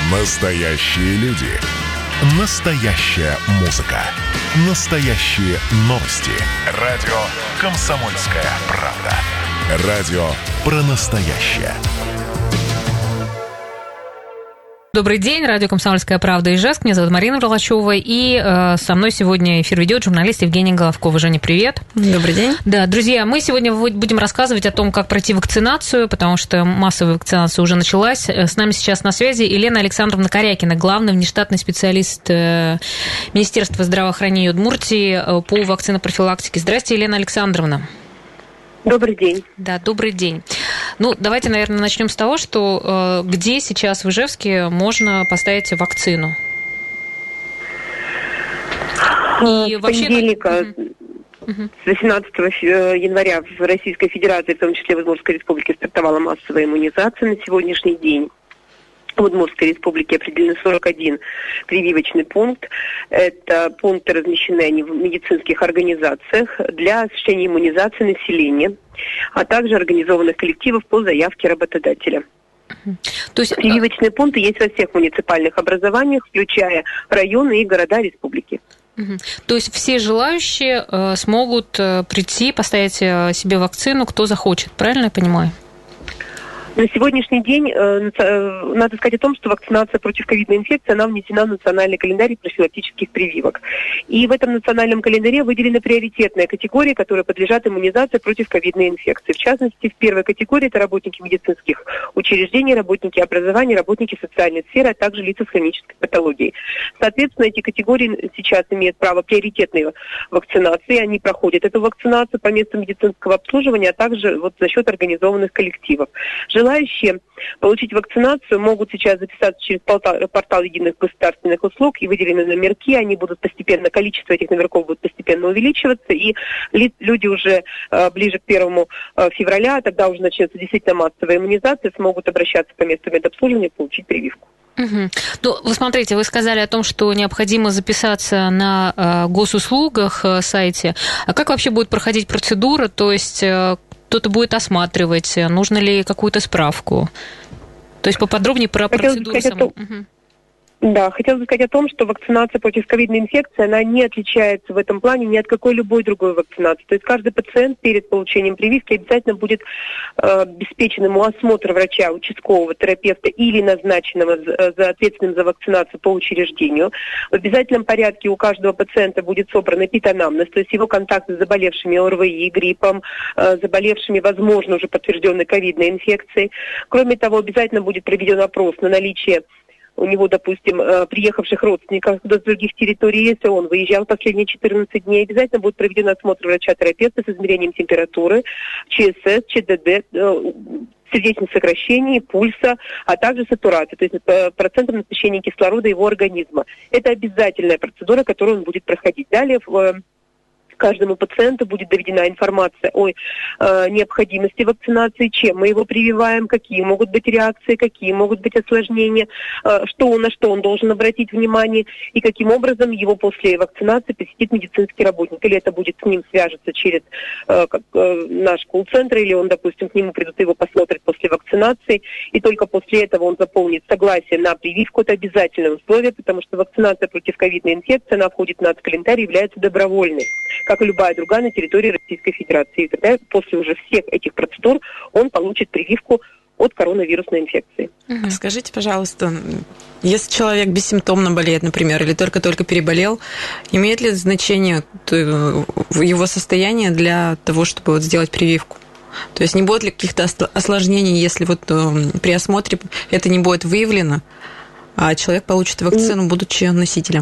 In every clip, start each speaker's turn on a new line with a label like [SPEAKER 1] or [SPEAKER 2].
[SPEAKER 1] Настоящие люди. Настоящая музыка. Настоящие новости. Радио «Комсомольская правда». Радио про настоящее.
[SPEAKER 2] Добрый день, радио «Комсомольская правда» Ижевск. Меня зовут Марина Вролачева. И со мной сегодня эфир ведет журналист Евгения Головкова. Женя, привет.
[SPEAKER 3] Добрый день.
[SPEAKER 2] Да, друзья, мы сегодня будем рассказывать о том, как пройти вакцинацию, потому что массовая вакцинация уже началась. С нами сейчас на связи Елена Александровна Корякина, главный внештатный специалист Министерства здравоохранения Удмуртии по вакцинопрофилактике. Здрасте, Елена Александровна.
[SPEAKER 4] Добрый день.
[SPEAKER 2] Да, добрый день. Ну, давайте, наверное, начнем с того, что где сейчас в Ижевске можно поставить вакцину?
[SPEAKER 4] И с понедельника, с 18 января в Российской Федерации, в том числе в Удмуртской Республике, стартовала массовая иммунизация на сегодняшний день. В Удмуртской Республике определены 41 прививочный пункт. Это пункты размещены они в медицинских организациях для осуществления иммунизации населения, а также организованных коллективов по заявке работодателя. То есть прививочные пункты есть во всех муниципальных образованиях, включая районы и города республики.
[SPEAKER 2] То есть все желающие смогут прийти, поставить себе вакцину, кто захочет, правильно я понимаю?
[SPEAKER 4] На сегодняшний день надо сказать о том, что вакцинация против ковидной инфекции, она внесена в национальный календарь профилактических прививок. И в этом национальном календаре выделена приоритетная категория, которая подлежат иммунизации против ковидной инфекции. В частности, в первой категории это работники медицинских учреждений, работники образования, работники социальной сферы, а также лица с хронической патологией. Соответственно, эти категории сейчас имеют право приоритетной вакцинации. Они проходят эту вакцинацию по месту медицинского обслуживания, а также за счет организованных коллективов. Желающие получить вакцинацию могут сейчас записаться через портал единых государственных услуг и выделены номерки. Они будут постепенно, количество этих номерков будет постепенно увеличиваться. И люди уже ближе к 1 февраля, тогда уже начнется действительно массовая иммунизация, смогут обращаться по месту медобслуживания и получить прививку.
[SPEAKER 2] Ну, вы смотрите, вы сказали о том, что необходимо записаться на госуслугах сайте. А как вообще будет проходить процедура? То есть кто-то будет осматривать, нужно ли какую-то справку? То есть поподробнее про процедуру саму.
[SPEAKER 4] Да, хотелось бы сказать о том, что вакцинация против ковидной инфекции, она не отличается в этом плане ни от какой любой другой вакцинации. То есть каждый пациент перед получением прививки обязательно будет обеспечен ему осмотр врача, участкового терапевта или назначенного ответственным за вакцинацию по учреждению. В обязательном порядке у каждого пациента будет собран эпиданамнез, то есть его контакты с заболевшими ОРВИ, гриппом, заболевшими, возможно, уже подтвержденной ковидной инфекцией. Кроме того, обязательно будет проведен опрос на наличие у него, допустим, приехавших родственников с других территорий, если он выезжал последние 14 дней, обязательно будет проведен осмотр врача-терапевта с измерением температуры, ЧСС, ЧДД, сердечных сокращений, пульса, а также сатурации, то есть процентом насыщения кислорода его организма. Это обязательная процедура, которую он будет проходить. Далее каждому пациенту будет доведена информация о необходимости вакцинации, чем мы его прививаем, какие могут быть реакции, какие могут быть осложнения, на что он должен обратить внимание и каким образом его после вакцинации посетит медицинский работник. Или это будет с ним свяжется через наш колл-центр, или он, допустим, к нему придут, его посмотрят после вакцинации, и только после этого он заполнит согласие на прививку. Это обязательное условие, потому что вакцинация против ковидной инфекции, она входит в нацкалендарь и является добровольной, как и любая другая на территории Российской Федерации. И тогда после уже всех этих процедур он получит прививку от коронавирусной инфекции.
[SPEAKER 3] Скажите, пожалуйста, если человек бессимптомно болеет, например, или только-только переболел, имеет ли значение его состояние для того, чтобы сделать прививку? То есть не будет ли каких-то осложнений, если при осмотре это не будет выявлено, а человек получит вакцину, будучи носителем?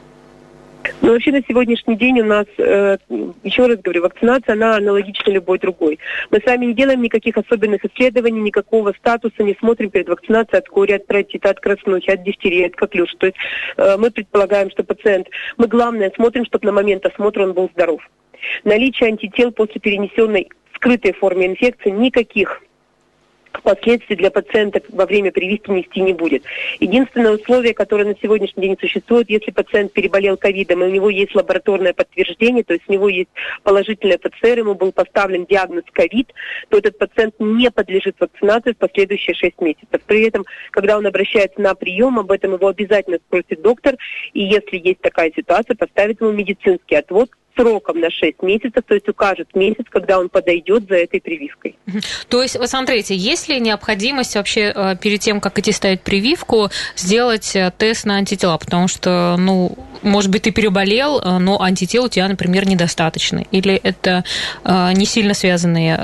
[SPEAKER 4] Но вообще на сегодняшний день у нас, еще раз говорю, вакцинация, она аналогична любой другой. Мы сами не делаем никаких особенных исследований, никакого статуса, не смотрим перед вакцинацией от кори, от паротита, от краснухи, от дифтерии, от коклюша. То есть мы предполагаем, что пациент, мы главное смотрим, чтобы на момент осмотра он был здоров. Наличие антител после перенесенной скрытой формы инфекции, никаких последствий для пациента во время прививки нести не будет. Единственное условие, которое на сегодняшний день существует, если пациент переболел ковидом, и у него есть лабораторное подтверждение, то есть у него есть положительное ПЦР, ему был поставлен диагноз ковид, то этот пациент не подлежит вакцинации в последующие 6 месяцев. При этом, когда он обращается на прием, об этом его обязательно спросит доктор, и если есть такая ситуация, поставит ему медицинский отвод сроком на 6 месяцев, то есть укажет месяц, когда он подойдет за этой прививкой.
[SPEAKER 2] То есть, вы смотрите, есть ли необходимость вообще перед тем, как идти ставить прививку, сделать тест на антитела? Потому что, может быть, ты переболел, но антител у тебя, например, недостаточно. Или это не сильно связанные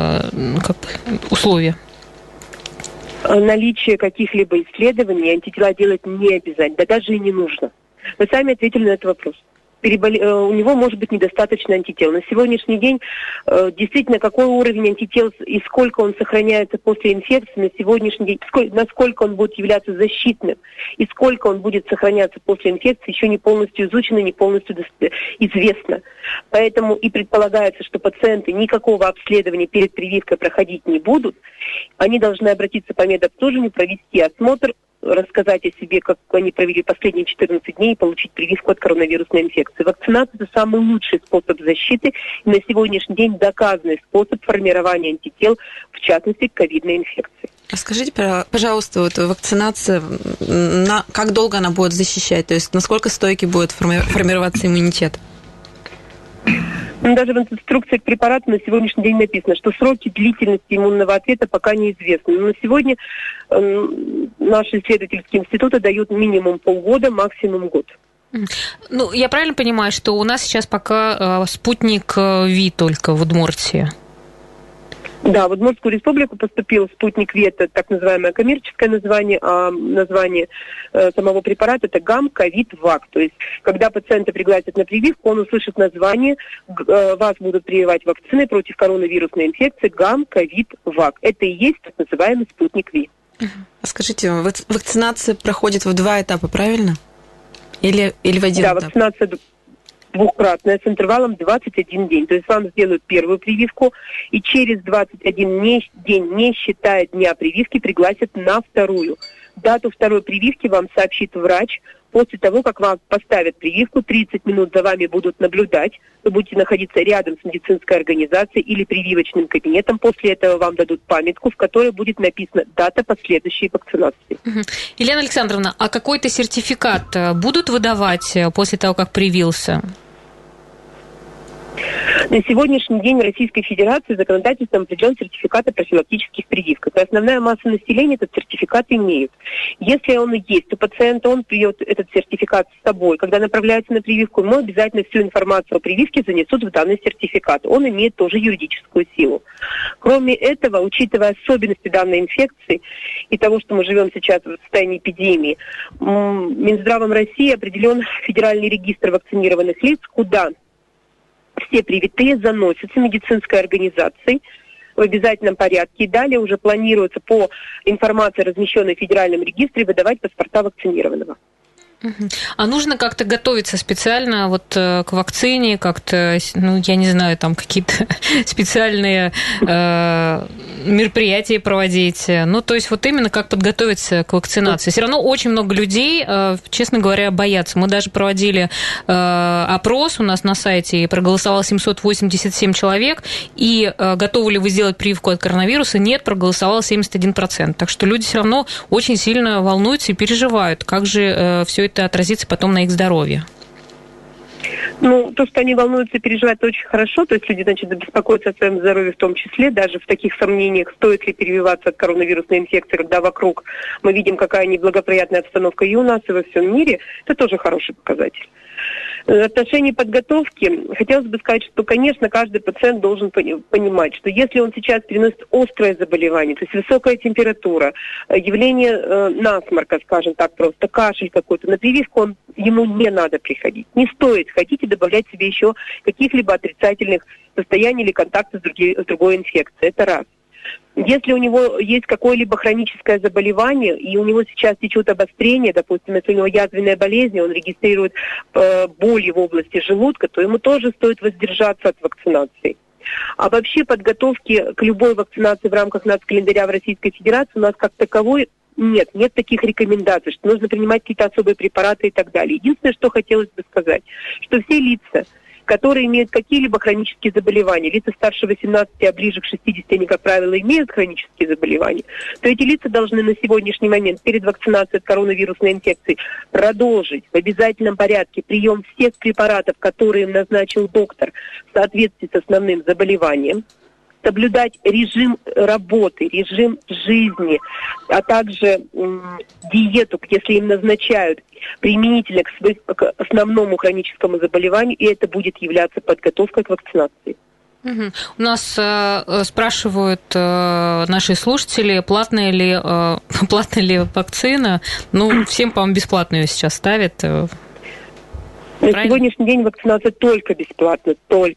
[SPEAKER 2] условия?
[SPEAKER 4] Наличие каких-либо исследований антитела делать не обязательно, да даже и не нужно. Вы сами ответили на этот вопрос. У него может быть недостаточно антител. На сегодняшний день действительно какой уровень антител и сколько он сохраняется после инфекции на сегодняшний день, насколько он будет являться защитным и сколько он будет сохраняться после инфекции, еще не полностью изучено, не полностью известно. Поэтому и предполагается, что пациенты никакого обследования перед прививкой проходить не будут. Они должны обратиться по медобслуживанию, провести осмотр, рассказать о себе, как они провели последние 14 дней и получить прививку от коронавирусной инфекции. Вакцинация – это самый лучший способ защиты и на сегодняшний день доказанный способ формирования антител, в частности, к ковидной инфекции.
[SPEAKER 3] Скажите, пожалуйста, вакцинация, как долго она будет защищать? То есть насколько стойкий будет формироваться иммунитет?
[SPEAKER 4] Даже в инструкции к препарату на сегодняшний день написано, что сроки длительности иммунного ответа пока неизвестны. Но на сегодня наши исследовательские институты дают минимум полгода, максимум год.
[SPEAKER 2] Я правильно понимаю, что у нас сейчас пока спутник Ви только в Удмуртии?
[SPEAKER 4] Да, в Удмуртскую республику поступил спутник Ви, это так называемое коммерческое название, а название самого препарата это ГАМ-ковид-ВАК. То есть, когда пациента пригласят на прививку, он услышит название, вас будут прививать вакциной против коронавирусной инфекции ГАМ-ковид-ВАК. Это и есть так называемый спутник Ви.
[SPEAKER 3] Скажите, вакцинация проходит в 2 этапа, правильно? Или в один этап?
[SPEAKER 4] Да, вакцинация двухкратная с интервалом 21 день. То есть вам сделают первую прививку, и через 21 день, не считая дня прививки, пригласят на вторую. Дату второй прививки вам сообщит врач. После того, как вам поставят прививку, 30 минут за вами будут наблюдать. Вы будете находиться рядом с медицинской организацией или прививочным кабинетом. После этого вам дадут памятку, в которой будет написана дата последующей вакцинации.
[SPEAKER 2] Елена Александровна, а какой-то сертификат будут выдавать после того, как привился?
[SPEAKER 4] На сегодняшний день в Российской Федерации законодательством определен сертификат о профилактических прививках. И основная масса населения этот сертификат имеет. Если он есть, то пациент, он берет этот сертификат с собой. Когда направляется на прививку, ему обязательно всю информацию о прививке занесут в данный сертификат. Он имеет тоже юридическую силу. Кроме этого, учитывая особенности данной инфекции и того, что мы живем сейчас в состоянии эпидемии, Минздравом России определен федеральный регистр вакцинированных лиц, куда все привитые заносятся медицинской организацией в обязательном порядке. И далее уже планируется по информации, размещенной в федеральном регистре, выдавать паспорта вакцинированного.
[SPEAKER 2] А нужно как-то готовиться специально к вакцине, как-то, я не знаю, там какие-то специальные мероприятия проводить? То есть именно как подготовиться к вакцинации. Все равно очень много людей, честно говоря, боятся. Мы даже проводили опрос у нас на сайте, и проголосовало 787 человек, и готовы ли вы сделать прививку от коронавируса? Нет, проголосовало 71%. Так что люди все равно очень сильно волнуются и переживают, как же все это отразится потом на их здоровье.
[SPEAKER 4] То, что они волнуются и переживают, очень хорошо. То есть люди, беспокоятся о своем здоровье в том числе, даже в таких сомнениях, стоит ли прививаться от коронавирусной инфекции, когда вокруг мы видим, какая неблагоприятная обстановка и у нас, и во всем мире. Это тоже хороший показатель. В отношении подготовки хотелось бы сказать, что, конечно, каждый пациент должен понимать, что если он сейчас переносит острое заболевание, то есть высокая температура, явление насморка, скажем так просто, кашель какой-то, на прививку ему не надо приходить. Не стоит ходить и добавлять себе еще каких-либо отрицательных состояний или контактов с другой инфекцией. Это раз. Если у него есть какое-либо хроническое заболевание, и у него сейчас течет обострение, допустим, если у него язвенная болезнь, он регистрирует боли в области желудка, то ему тоже стоит воздержаться от вакцинации. А вообще подготовки к любой вакцинации в рамках нацкалендаря в Российской Федерации у нас как таковой нет таких рекомендаций, что нужно принимать какие-то особые препараты и так далее. Единственное, что хотелось бы сказать, что все лица, которые имеют какие-либо хронические заболевания, лица старше 18, а ближе к 60, они, как правило, имеют хронические заболевания, то эти лица должны на сегодняшний момент перед вакцинацией от коронавирусной инфекции продолжить в обязательном порядке прием всех препаратов, которые им назначил доктор в соответствии с основным заболеванием, соблюдать режим работы, режим жизни, а также диету, если им назначают применительно к основному хроническому заболеванию, и это будет являться подготовкой к вакцинации.
[SPEAKER 2] У нас спрашивают наши слушатели, платная ли вакцина. Ну, всем, по-моему, бесплатную сейчас ставят.
[SPEAKER 4] На сегодняшний день вакцинация только бесплатна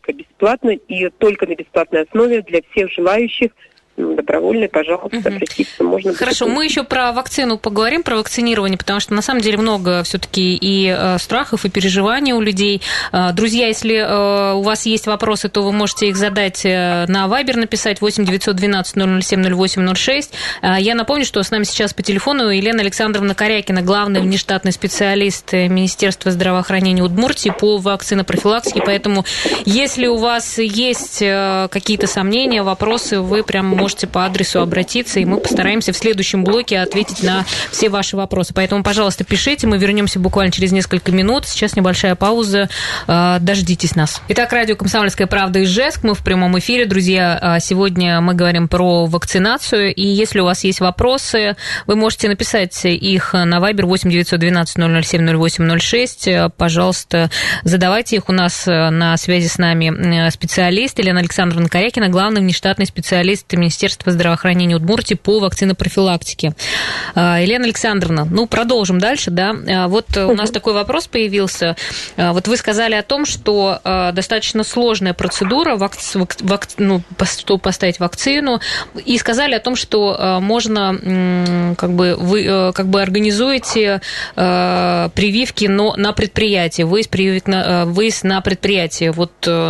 [SPEAKER 4] и только на бесплатной основе для всех желающих. Добровольно, пожалуйста, обратиться можно.
[SPEAKER 2] Хорошо, мы еще про вакцину поговорим, про вакцинирование, потому что на самом деле много все-таки и страхов, и переживаний у людей. Друзья, если у вас есть вопросы, то вы можете их задать на Viber, написать 8 912 007 0806. Я напомню, что с нами сейчас по телефону Елена Александровна Корякина, главный внештатный специалист Министерства здравоохранения Удмуртии по вакцинопрофилактике, поэтому если у вас есть какие-то сомнения, вопросы, вы прям можете по адресу обратиться, и мы постараемся в следующем блоке ответить на все ваши вопросы. Поэтому, пожалуйста, пишите, мы вернемся буквально через несколько минут. Сейчас небольшая пауза, дождитесь нас. Итак, радио «Комсомольская правда» Ижевск, мы в прямом эфире, друзья. Сегодня мы говорим про вакцинацию, и если у вас есть вопросы, вы можете написать их на Viber 8 912 007 0806. Пожалуйста, задавайте их. У нас на связи с нами специалист Елена Александровна Корякина, главный внештатный специалист Министерства здравоохранения Удмуртии по вакцинопрофилактике. Елена Александровна, продолжим дальше, да. Вот у нас такой вопрос появился. Вот вы сказали о том, что достаточно сложная процедура поставить вакцину, и сказали о том, что можно, вы организуете прививки, но на предприятии, выезд на предприятие. Вот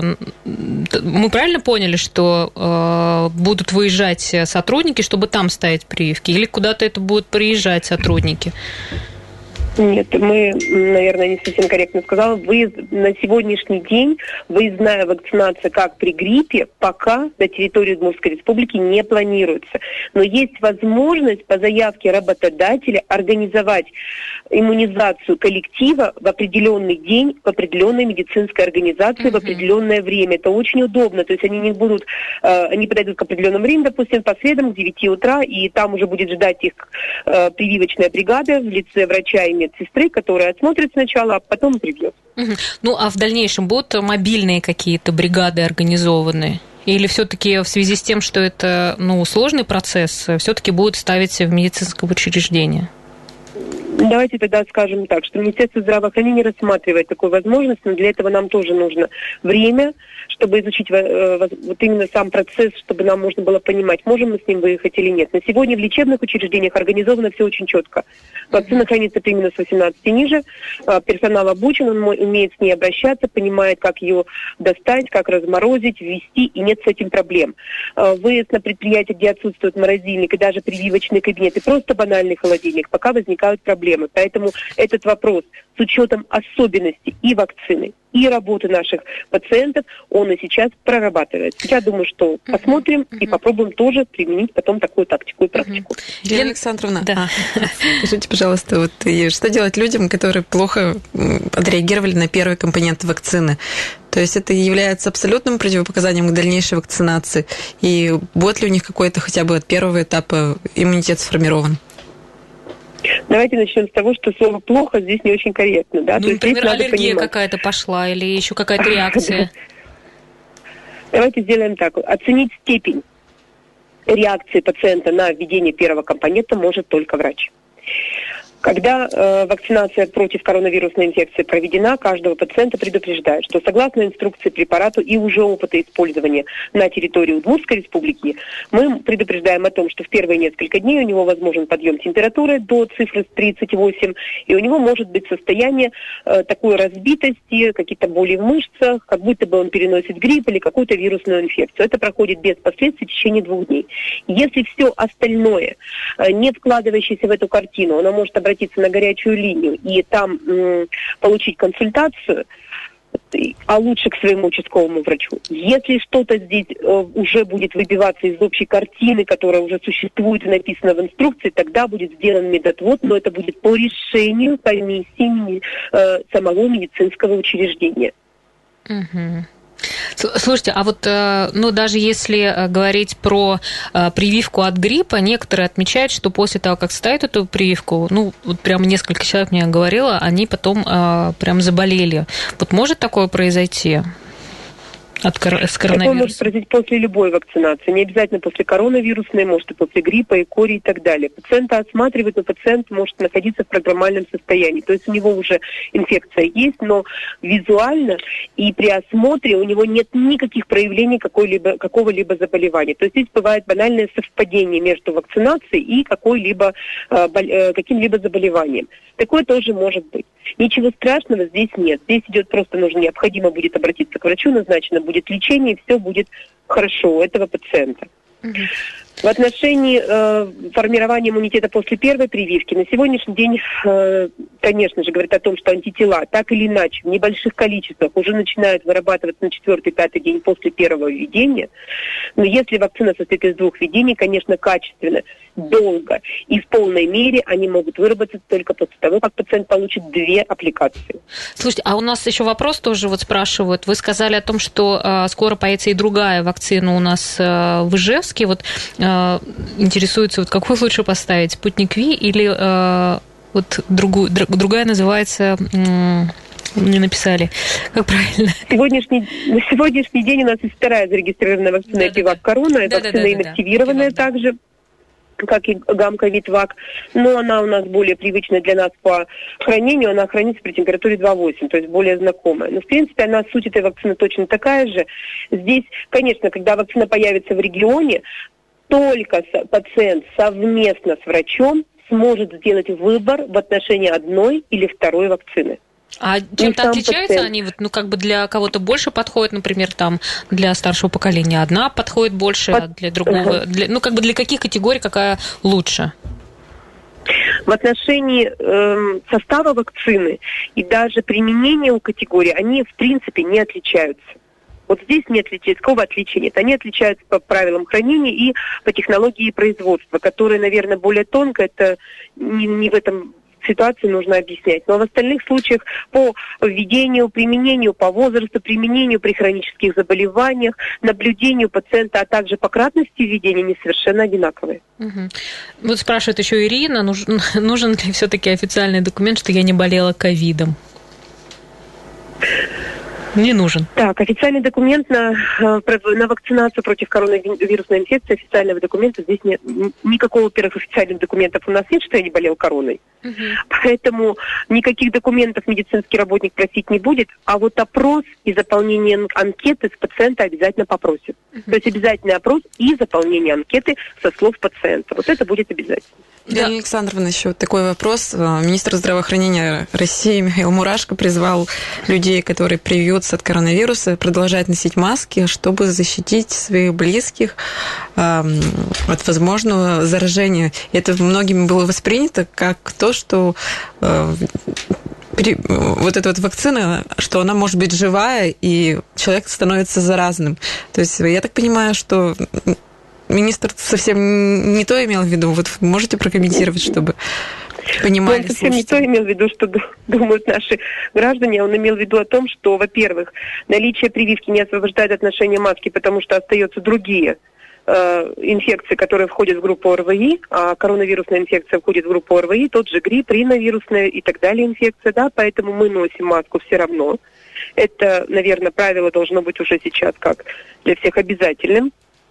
[SPEAKER 2] мы правильно поняли, что будут выезжать сотрудники, чтобы там ставить прививки, или куда-то это будут приезжать сотрудники?
[SPEAKER 4] Нет, мы, наверное, не совсем корректно сказала. На сегодняшний день выездная вакцинация, как при гриппе, пока на территории Удмуртской республики не планируется. Но есть возможность по заявке работодателя организовать иммунизацию коллектива в определенный день, в определенной медицинской организации, в определенное время. Это очень удобно. То есть они подойдут к определенному времени, допустим, по средам к 9 утра, и там уже будет ждать их прививочная бригада в лице врача и медсестры, которая осмотрит сначала, а потом прибьет.
[SPEAKER 2] А в дальнейшем будут мобильные какие-то бригады организованы? Или все-таки в связи с тем, что это сложный процесс, все-таки будут ставить в медицинское учреждение?
[SPEAKER 4] Давайте тогда скажем так, что Министерство здравоохранения рассматривает такую возможность, но для этого нам тоже нужно время, чтобы изучить вот именно сам процесс, чтобы нам можно было понимать, можем мы с ним выехать или нет. На сегодня в лечебных учреждениях организовано все очень четко. Вакцина хранится примерно с 18 и ниже, персонал обучен, он умеет с ней обращаться, понимает, как ее достать, как разморозить, ввести, и нет с этим проблем. Выезд на предприятие, где отсутствует морозильник и даже прививочный кабинет, и просто банальный холодильник, пока возникают проблемы. Поэтому этот вопрос с учетом особенностей и вакцины, и работы наших пациентов, он и сейчас прорабатывается. Я думаю, что посмотрим и попробуем тоже применить потом такую тактику и практику.
[SPEAKER 3] Елена Александровна, скажите, пожалуйста, что делать людям, которые плохо отреагировали на первый компонент вакцины? То есть это является абсолютным противопоказанием к дальнейшей вакцинации? И будет ли у них какой-то хотя бы от первого этапа иммунитет сформирован?
[SPEAKER 4] Давайте начнем с того, что слово «плохо» здесь не очень корректно. Да?
[SPEAKER 2] Например, аллергия какая-то пошла или еще какая-то реакция.
[SPEAKER 4] Давайте сделаем так. Оценить степень реакции пациента на введение первого компонента может только врач. Когда вакцинация против коронавирусной инфекции проведена, каждого пациента предупреждают, что согласно инструкции препарату и уже опыта использования на территории Удмуртской республики, мы предупреждаем о том, что в первые несколько дней у него возможен подъем температуры до цифры 38, и у него может быть состояние такой разбитости, какие-то боли в мышцах, как будто бы он переносит грипп или какую-то вирусную инфекцию. Это проходит без последствий в течение 2 дней. Если все остальное, не вкладывающееся в эту картину, оно может обратиться на горячую линию и там получить консультацию, а лучше к своему участковому врачу. Если что-то здесь уже будет выбиваться из общей картины, которая уже существует и написана в инструкции, тогда будет сделан медотвод, но это будет по решению комиссии самого медицинского учреждения.
[SPEAKER 2] Угу. Слушайте, а вот, даже если говорить про прививку от гриппа, некоторые отмечают, что после того, как ставят эту прививку, вот прям несколько человек мне говорило, они потом прям заболели. Вот может такое произойти? С коронавирусом.
[SPEAKER 4] Такое может произойти после любой вакцинации. Не обязательно после коронавирусной, может и после гриппа, и кори и так далее. Пациента осматривают, но пациент может находиться в программальном состоянии. То есть у него уже инфекция есть, но визуально и при осмотре у него нет никаких проявлений какого-либо заболевания. То есть здесь бывает банальное совпадение между вакцинацией и каким-либо заболеванием. Такое тоже может быть. Ничего страшного здесь нет. Здесь идет просто необходимо будет обратиться к врачу, назначено будет лечение, и все будет хорошо у этого пациента. В отношении формирования иммунитета после первой прививки, на сегодняшний день, конечно же, говорит о том, что антитела так или иначе в небольших количествах уже начинают вырабатываться на 4-5 день после первого введения. Но если вакцина состоит из 2 введений, конечно, качественно, долго и в полной мере они могут выработаться только после того, как пациент получит 2 аппликации.
[SPEAKER 2] Слушайте, а у нас еще вопрос тоже спрашивают. Вы сказали о том, что скоро появится и другая вакцина у нас в Ижевске. Интересуется, какую лучше поставить, «Спутник Ви» или другая называется... Не написали. Как правильно?
[SPEAKER 4] На сегодняшний день у нас есть 2-я зарегистрированная вакцина «Эпивак Корона». Это вакцина инактивированная также, как и гамма-ковид-вак, но она у нас более привычна для нас по хранению, она хранится при температуре 2,8, то есть более знакомая. Но, в принципе, суть этой вакцины точно такая же. Здесь, конечно, когда вакцина появится в регионе, только пациент совместно с врачом сможет сделать выбор в отношении 1 или 2 вакцины.
[SPEAKER 2] А чем-то отличаются они? Для кого-то больше подходит, например, для старшего поколения одна подходит больше, а для другого... Для каких категорий какая лучше?
[SPEAKER 4] В отношении состава вакцины и даже применения у категорий, они, в принципе, не отличаются. Вот здесь нет такого отличия нет. Они отличаются по правилам хранения и по технологии производства, которые, наверное, более тонко. Это не в этом ситуации нужно объяснять. Но в остальных случаях по введению, применению, по возрасту, применению при хронических заболеваниях, наблюдению пациента, а также по кратности введения, они совершенно одинаковые.
[SPEAKER 2] Угу. Спрашивает еще Ирина, нужен ли все-таки официальный документ, что я не болела ковидом? Не нужен.
[SPEAKER 4] Так, официальный документ на вакцинацию против коронавирусной инфекции, официального документа здесь нет. Никакого, во-первых, официальных документов у нас нет, что я не болел короной. Угу. Поэтому никаких документов медицинский работник просить не будет, а опрос и заполнение анкеты с пациента обязательно попросит. Угу. То есть обязательный опрос и заполнение анкеты со слов пациента. Это будет обязательно.
[SPEAKER 3] Елена Александровна, еще такой вопрос. Министр здравоохранения России Михаил Мурашко призвал людей, которые привьются от коронавируса, продолжать носить маски, чтобы защитить своих близких от возможного заражения. Это многими было воспринято как то, что эта вакцина, что она может быть живая, и человек становится заразным. То есть я так понимаю, что министр совсем не то имел в виду. Можете прокомментировать, чтобы понимали слушатели? Он
[SPEAKER 4] совсем не то имел в виду, что думают наши граждане. Он имел в виду о том, что, во-первых, наличие прививки не освобождает от ношения маски, потому что остаются другие инфекции, которые входят в группу ОРВИ, а коронавирусная инфекция входит в группу ОРВИ, тот же грипп, риновирусная и так далее инфекция, поэтому мы носим маску все равно. Это, наверное, правило должно быть уже сейчас как для всех обязательным.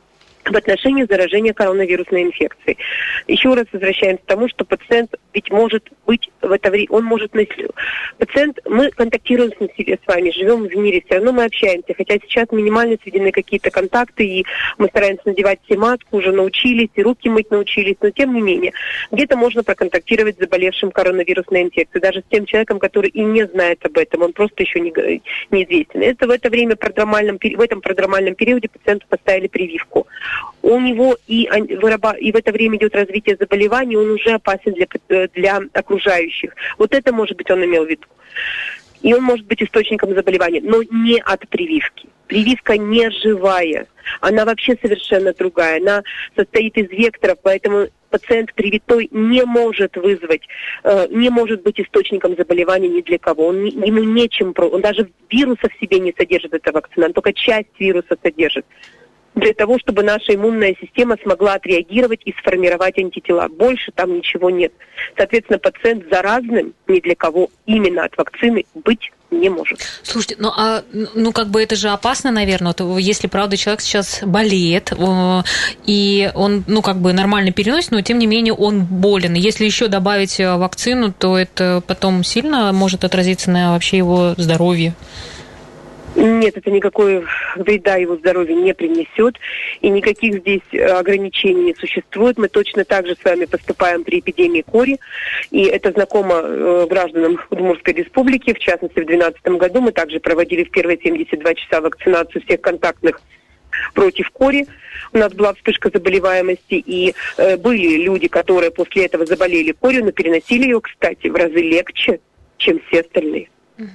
[SPEAKER 4] в отношении заражения коронавирусной инфекцией. Еще раз возвращаемся к тому, что пациент ведь может быть в это время, он может носить. Пациент, мы контактируем с вами, живем в мире, все равно мы общаемся, хотя сейчас минимально сведены какие-то контакты, и мы стараемся надевать все маску, уже научились, и руки мыть научились, но тем не менее, где-то можно проконтактировать с заболевшим коронавирусной инфекцией, даже с тем человеком, который и не знает об этом, он просто еще неизвестен. Это в это время, в этом продромальном периоде пациенту поставили прививку. У него и в это время идет развитие заболеваний, он уже опасен для окружающих. Вот это, может быть, он имел в виду. И он может быть источником заболевания, но не от прививки. Прививка не живая, она вообще совершенно другая. Она состоит из векторов, поэтому пациент привитой не может не может быть источником заболевания ни для кого. Ему нечем, он даже вируса в себе не содержит, эта вакцина, он только часть вируса содержит. Для того, чтобы наша иммунная система смогла отреагировать и сформировать антитела. Больше там ничего нет. Соответственно, пациент заразным ни для кого именно от вакцины быть не может.
[SPEAKER 2] Слушайте, как бы это же опасно, наверное, вот, если, правда, человек сейчас болеет, и он, нормально переносит, но, тем не менее, он болен. Если еще добавить вакцину, то это потом сильно может отразиться на вообще его здоровье.
[SPEAKER 4] Нет, это никакой вреда его здоровью не принесет, и никаких здесь ограничений не существует. Мы точно так же с вами поступаем при эпидемии кори, и это знакомо гражданам Удмуртской республики. В частности, в 2012 году мы также проводили в первые 72 часа вакцинацию всех контактных против кори. У нас была вспышка заболеваемости, и были люди, которые после этого заболели корью, но переносили ее, кстати, в разы легче, чем все остальные.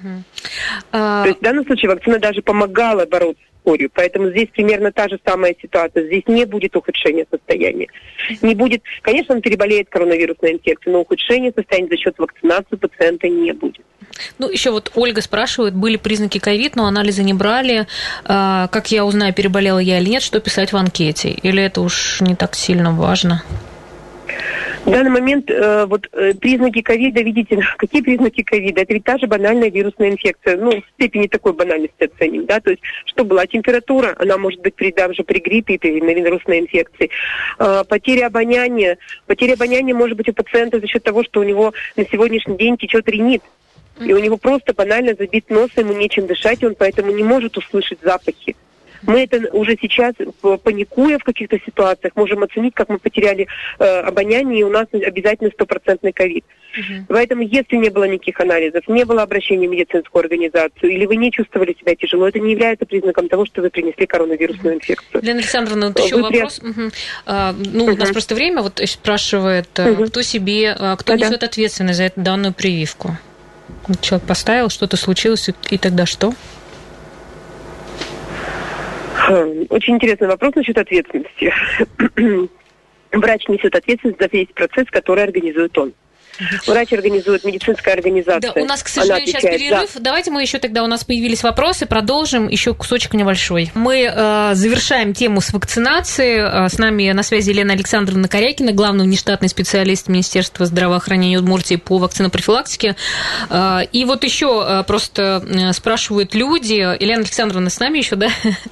[SPEAKER 4] То есть в данном случае вакцина даже помогала бороться с корью, поэтому здесь примерно та же самая ситуация. Здесь не будет ухудшения состояния. Не будет, конечно, он переболеет коронавирусной инфекцией, но ухудшения состояния за счет вакцинации пациента не будет.
[SPEAKER 2] Еще вот Ольга спрашивает, были признаки ковид, но анализы не брали. Как я узнаю, переболела я или нет, что писать в анкете? Или это уж не так сильно важно?
[SPEAKER 4] В данный момент признаки ковида, видите, какие признаки ковида? Это ведь та же банальная вирусная инфекция. В степени такой банальности оценим, да, то есть, что была температура, она может быть даже при гриппе и при вирусной инфекции. Потеря обоняния может быть у пациента за счет того, что у него на сегодняшний день течет ринит. И у него просто банально забит нос, ему нечем дышать, и он поэтому не может услышать запахи. Мы это уже сейчас, паникуя в каких-то ситуациях, можем оценить, как мы потеряли обоняние, и у нас обязательно 100% ковид. Поэтому, если не было никаких анализов, не было обращения в медицинскую организацию, или вы не чувствовали себя тяжело, это не является признаком того, что вы принесли коронавирусную инфекцию.
[SPEAKER 2] Лена Александровна, вот еще вопрос. У нас просто время спрашивает, кто несет ответственность за данную прививку? Человек поставил, что-то случилось, и тогда что?
[SPEAKER 4] Очень интересный вопрос насчет ответственности. Врач несет ответственность за весь процесс, который организует он. Врач организует, медицинская организация.
[SPEAKER 2] Да, у нас, к сожалению, сейчас перерыв. Давайте мы еще тогда, у нас появились вопросы, продолжим еще кусочек небольшой. Мы завершаем тему с вакцинацией. С нами на связи Елена Александровна Корякина, главный внештатный специалист Министерства здравоохранения Удмуртии по вакцинопрофилактике. И вот еще просто спрашивают люди. Елена Александровна с нами еще, да?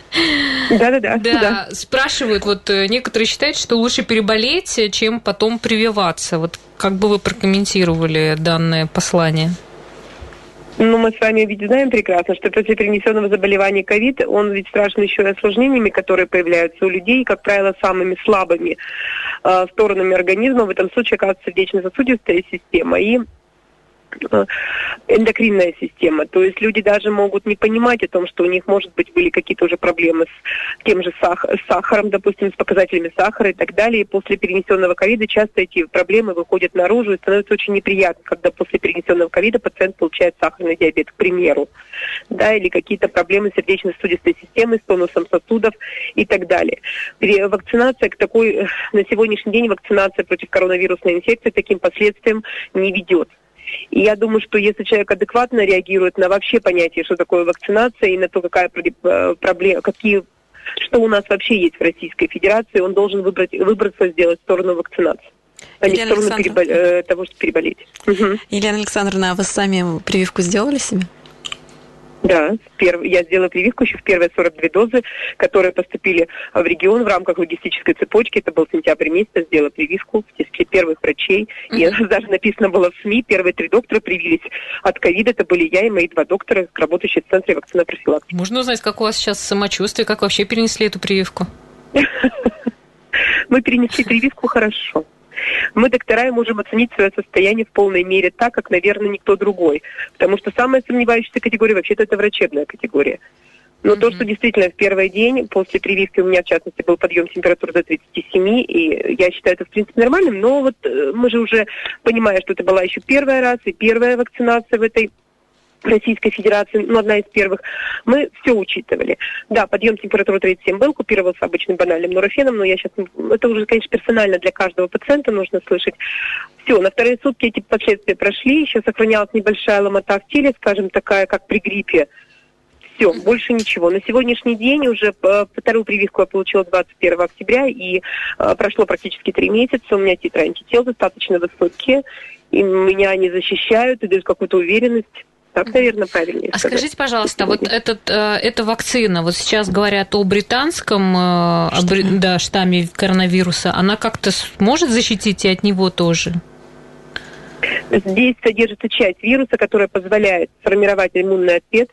[SPEAKER 4] Да.
[SPEAKER 2] Спрашивают, некоторые считают, что лучше переболеть, чем потом прививаться. Как бы вы прокомментировали данное послание?
[SPEAKER 4] Мы с вами ведь знаем прекрасно, что после перенесенного заболевания ковид, он ведь страшен еще и осложнениями, которые появляются у людей, как правило, самыми слабыми сторонами организма. В этом случае оказывается сердечно-сосудистая система и эндокринная система. То есть люди даже могут не понимать о том, что у них, может быть, были какие-то уже проблемы с тем же сахаром, допустим, с показателями сахара и так далее. И после перенесенного ковида часто эти проблемы выходят наружу и становится очень неприятно, когда после перенесенного ковида пациент получает сахарный диабет, к примеру, да, или какие-то проблемы сердечно-сосудистой системы, с тонусом сосудов и так далее. Вакцинация на сегодняшний день вакцинация против коронавирусной инфекции таким последствиям не ведет. И я думаю, что если человек адекватно реагирует на вообще понятие, что такое вакцинация, и на то, какая проблема, что у нас вообще есть в Российской Федерации, он должен выбраться сделать в сторону вакцинации, а не в сторону того, чтобы переболеть.
[SPEAKER 3] Елена Александровна, а вы сами прививку сделали себе?
[SPEAKER 4] Да, я сделала прививку еще в первые 42 дозы, которые поступили в регион в рамках логистической цепочки. Это был сентябрь месяц, сделала прививку в числе первых врачей. И даже написано было в СМИ, первые 3 доктора привились от ковида. Это были я и мои 2 доктора, работающие в Центре вакцинопрофилактики.
[SPEAKER 2] Можно узнать, как у вас сейчас самочувствие, как вообще перенесли эту прививку?
[SPEAKER 4] Мы перенесли прививку хорошо. Мы, доктора, можем оценить свое состояние в полной мере так, как, наверное, никто другой. Потому что самая сомневающаяся категория, вообще-то, это врачебная категория. Но то, что действительно в первый день после прививки у меня, в частности, был подъем температуры до 37, и я считаю это, в принципе, нормальным. Но вот мы же уже, понимая, что это была еще первый раз и первая вакцинация в этой Российской Федерации, одна из первых, мы все учитывали. Да, подъем температуры 37 был, купировался обычным банальным нурофеном, но я сейчас, это уже, конечно, персонально для каждого пациента нужно слышать. Все, на вторые сутки эти последствия прошли, еще сохранялась небольшая ломота в теле, скажем, такая, как при гриппе. Все, больше ничего. На сегодняшний день уже вторую прививку я получила 21 октября, и прошло практически 3 месяца, у меня титры антител достаточно высокие, и меня они защищают и дают какую-то уверенность. Так, наверное, правильнее сказать.
[SPEAKER 2] Скажите, пожалуйста, вот эта вакцина, вот сейчас говорят о британском штамме коронавируса, она как-то сможет защитить и от него тоже?
[SPEAKER 4] Здесь содержится часть вируса, которая позволяет формировать иммунный ответ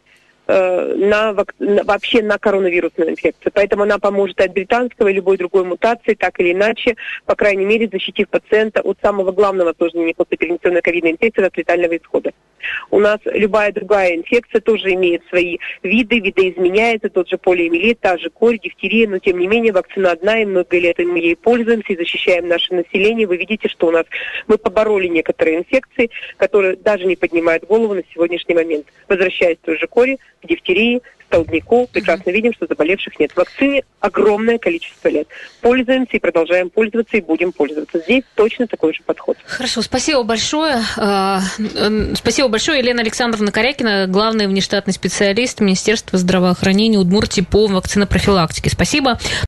[SPEAKER 4] вообще на коронавирусную инфекцию. Поэтому она поможет от британского и любой другой мутации, так или иначе, по крайней мере, защитив пациента от самого главного осложнения после перенесенной ковидной инфекции, от летального исхода. У нас любая другая инфекция тоже имеет свои виды, видоизменяется, тот же полиомиелит, та же корь, дифтерия, но тем не менее вакцина одна, и много лет мы ей пользуемся и защищаем наше население. Вы видите, что у нас мы побороли некоторые инфекции, которые даже не поднимают голову на сегодняшний момент. Возвращаясь к той же кори, к дифтерии, столбняку, прекрасно видим, что заболевших нет. В вакцине огромное количество лет. Пользуемся и продолжаем пользоваться, и будем пользоваться. Здесь точно такой же подход.
[SPEAKER 2] Хорошо, спасибо большое. Спасибо большое. Елена Александровна Корякина, главный внештатный специалист Министерства здравоохранения Удмуртии по вакцинопрофилактике. Спасибо.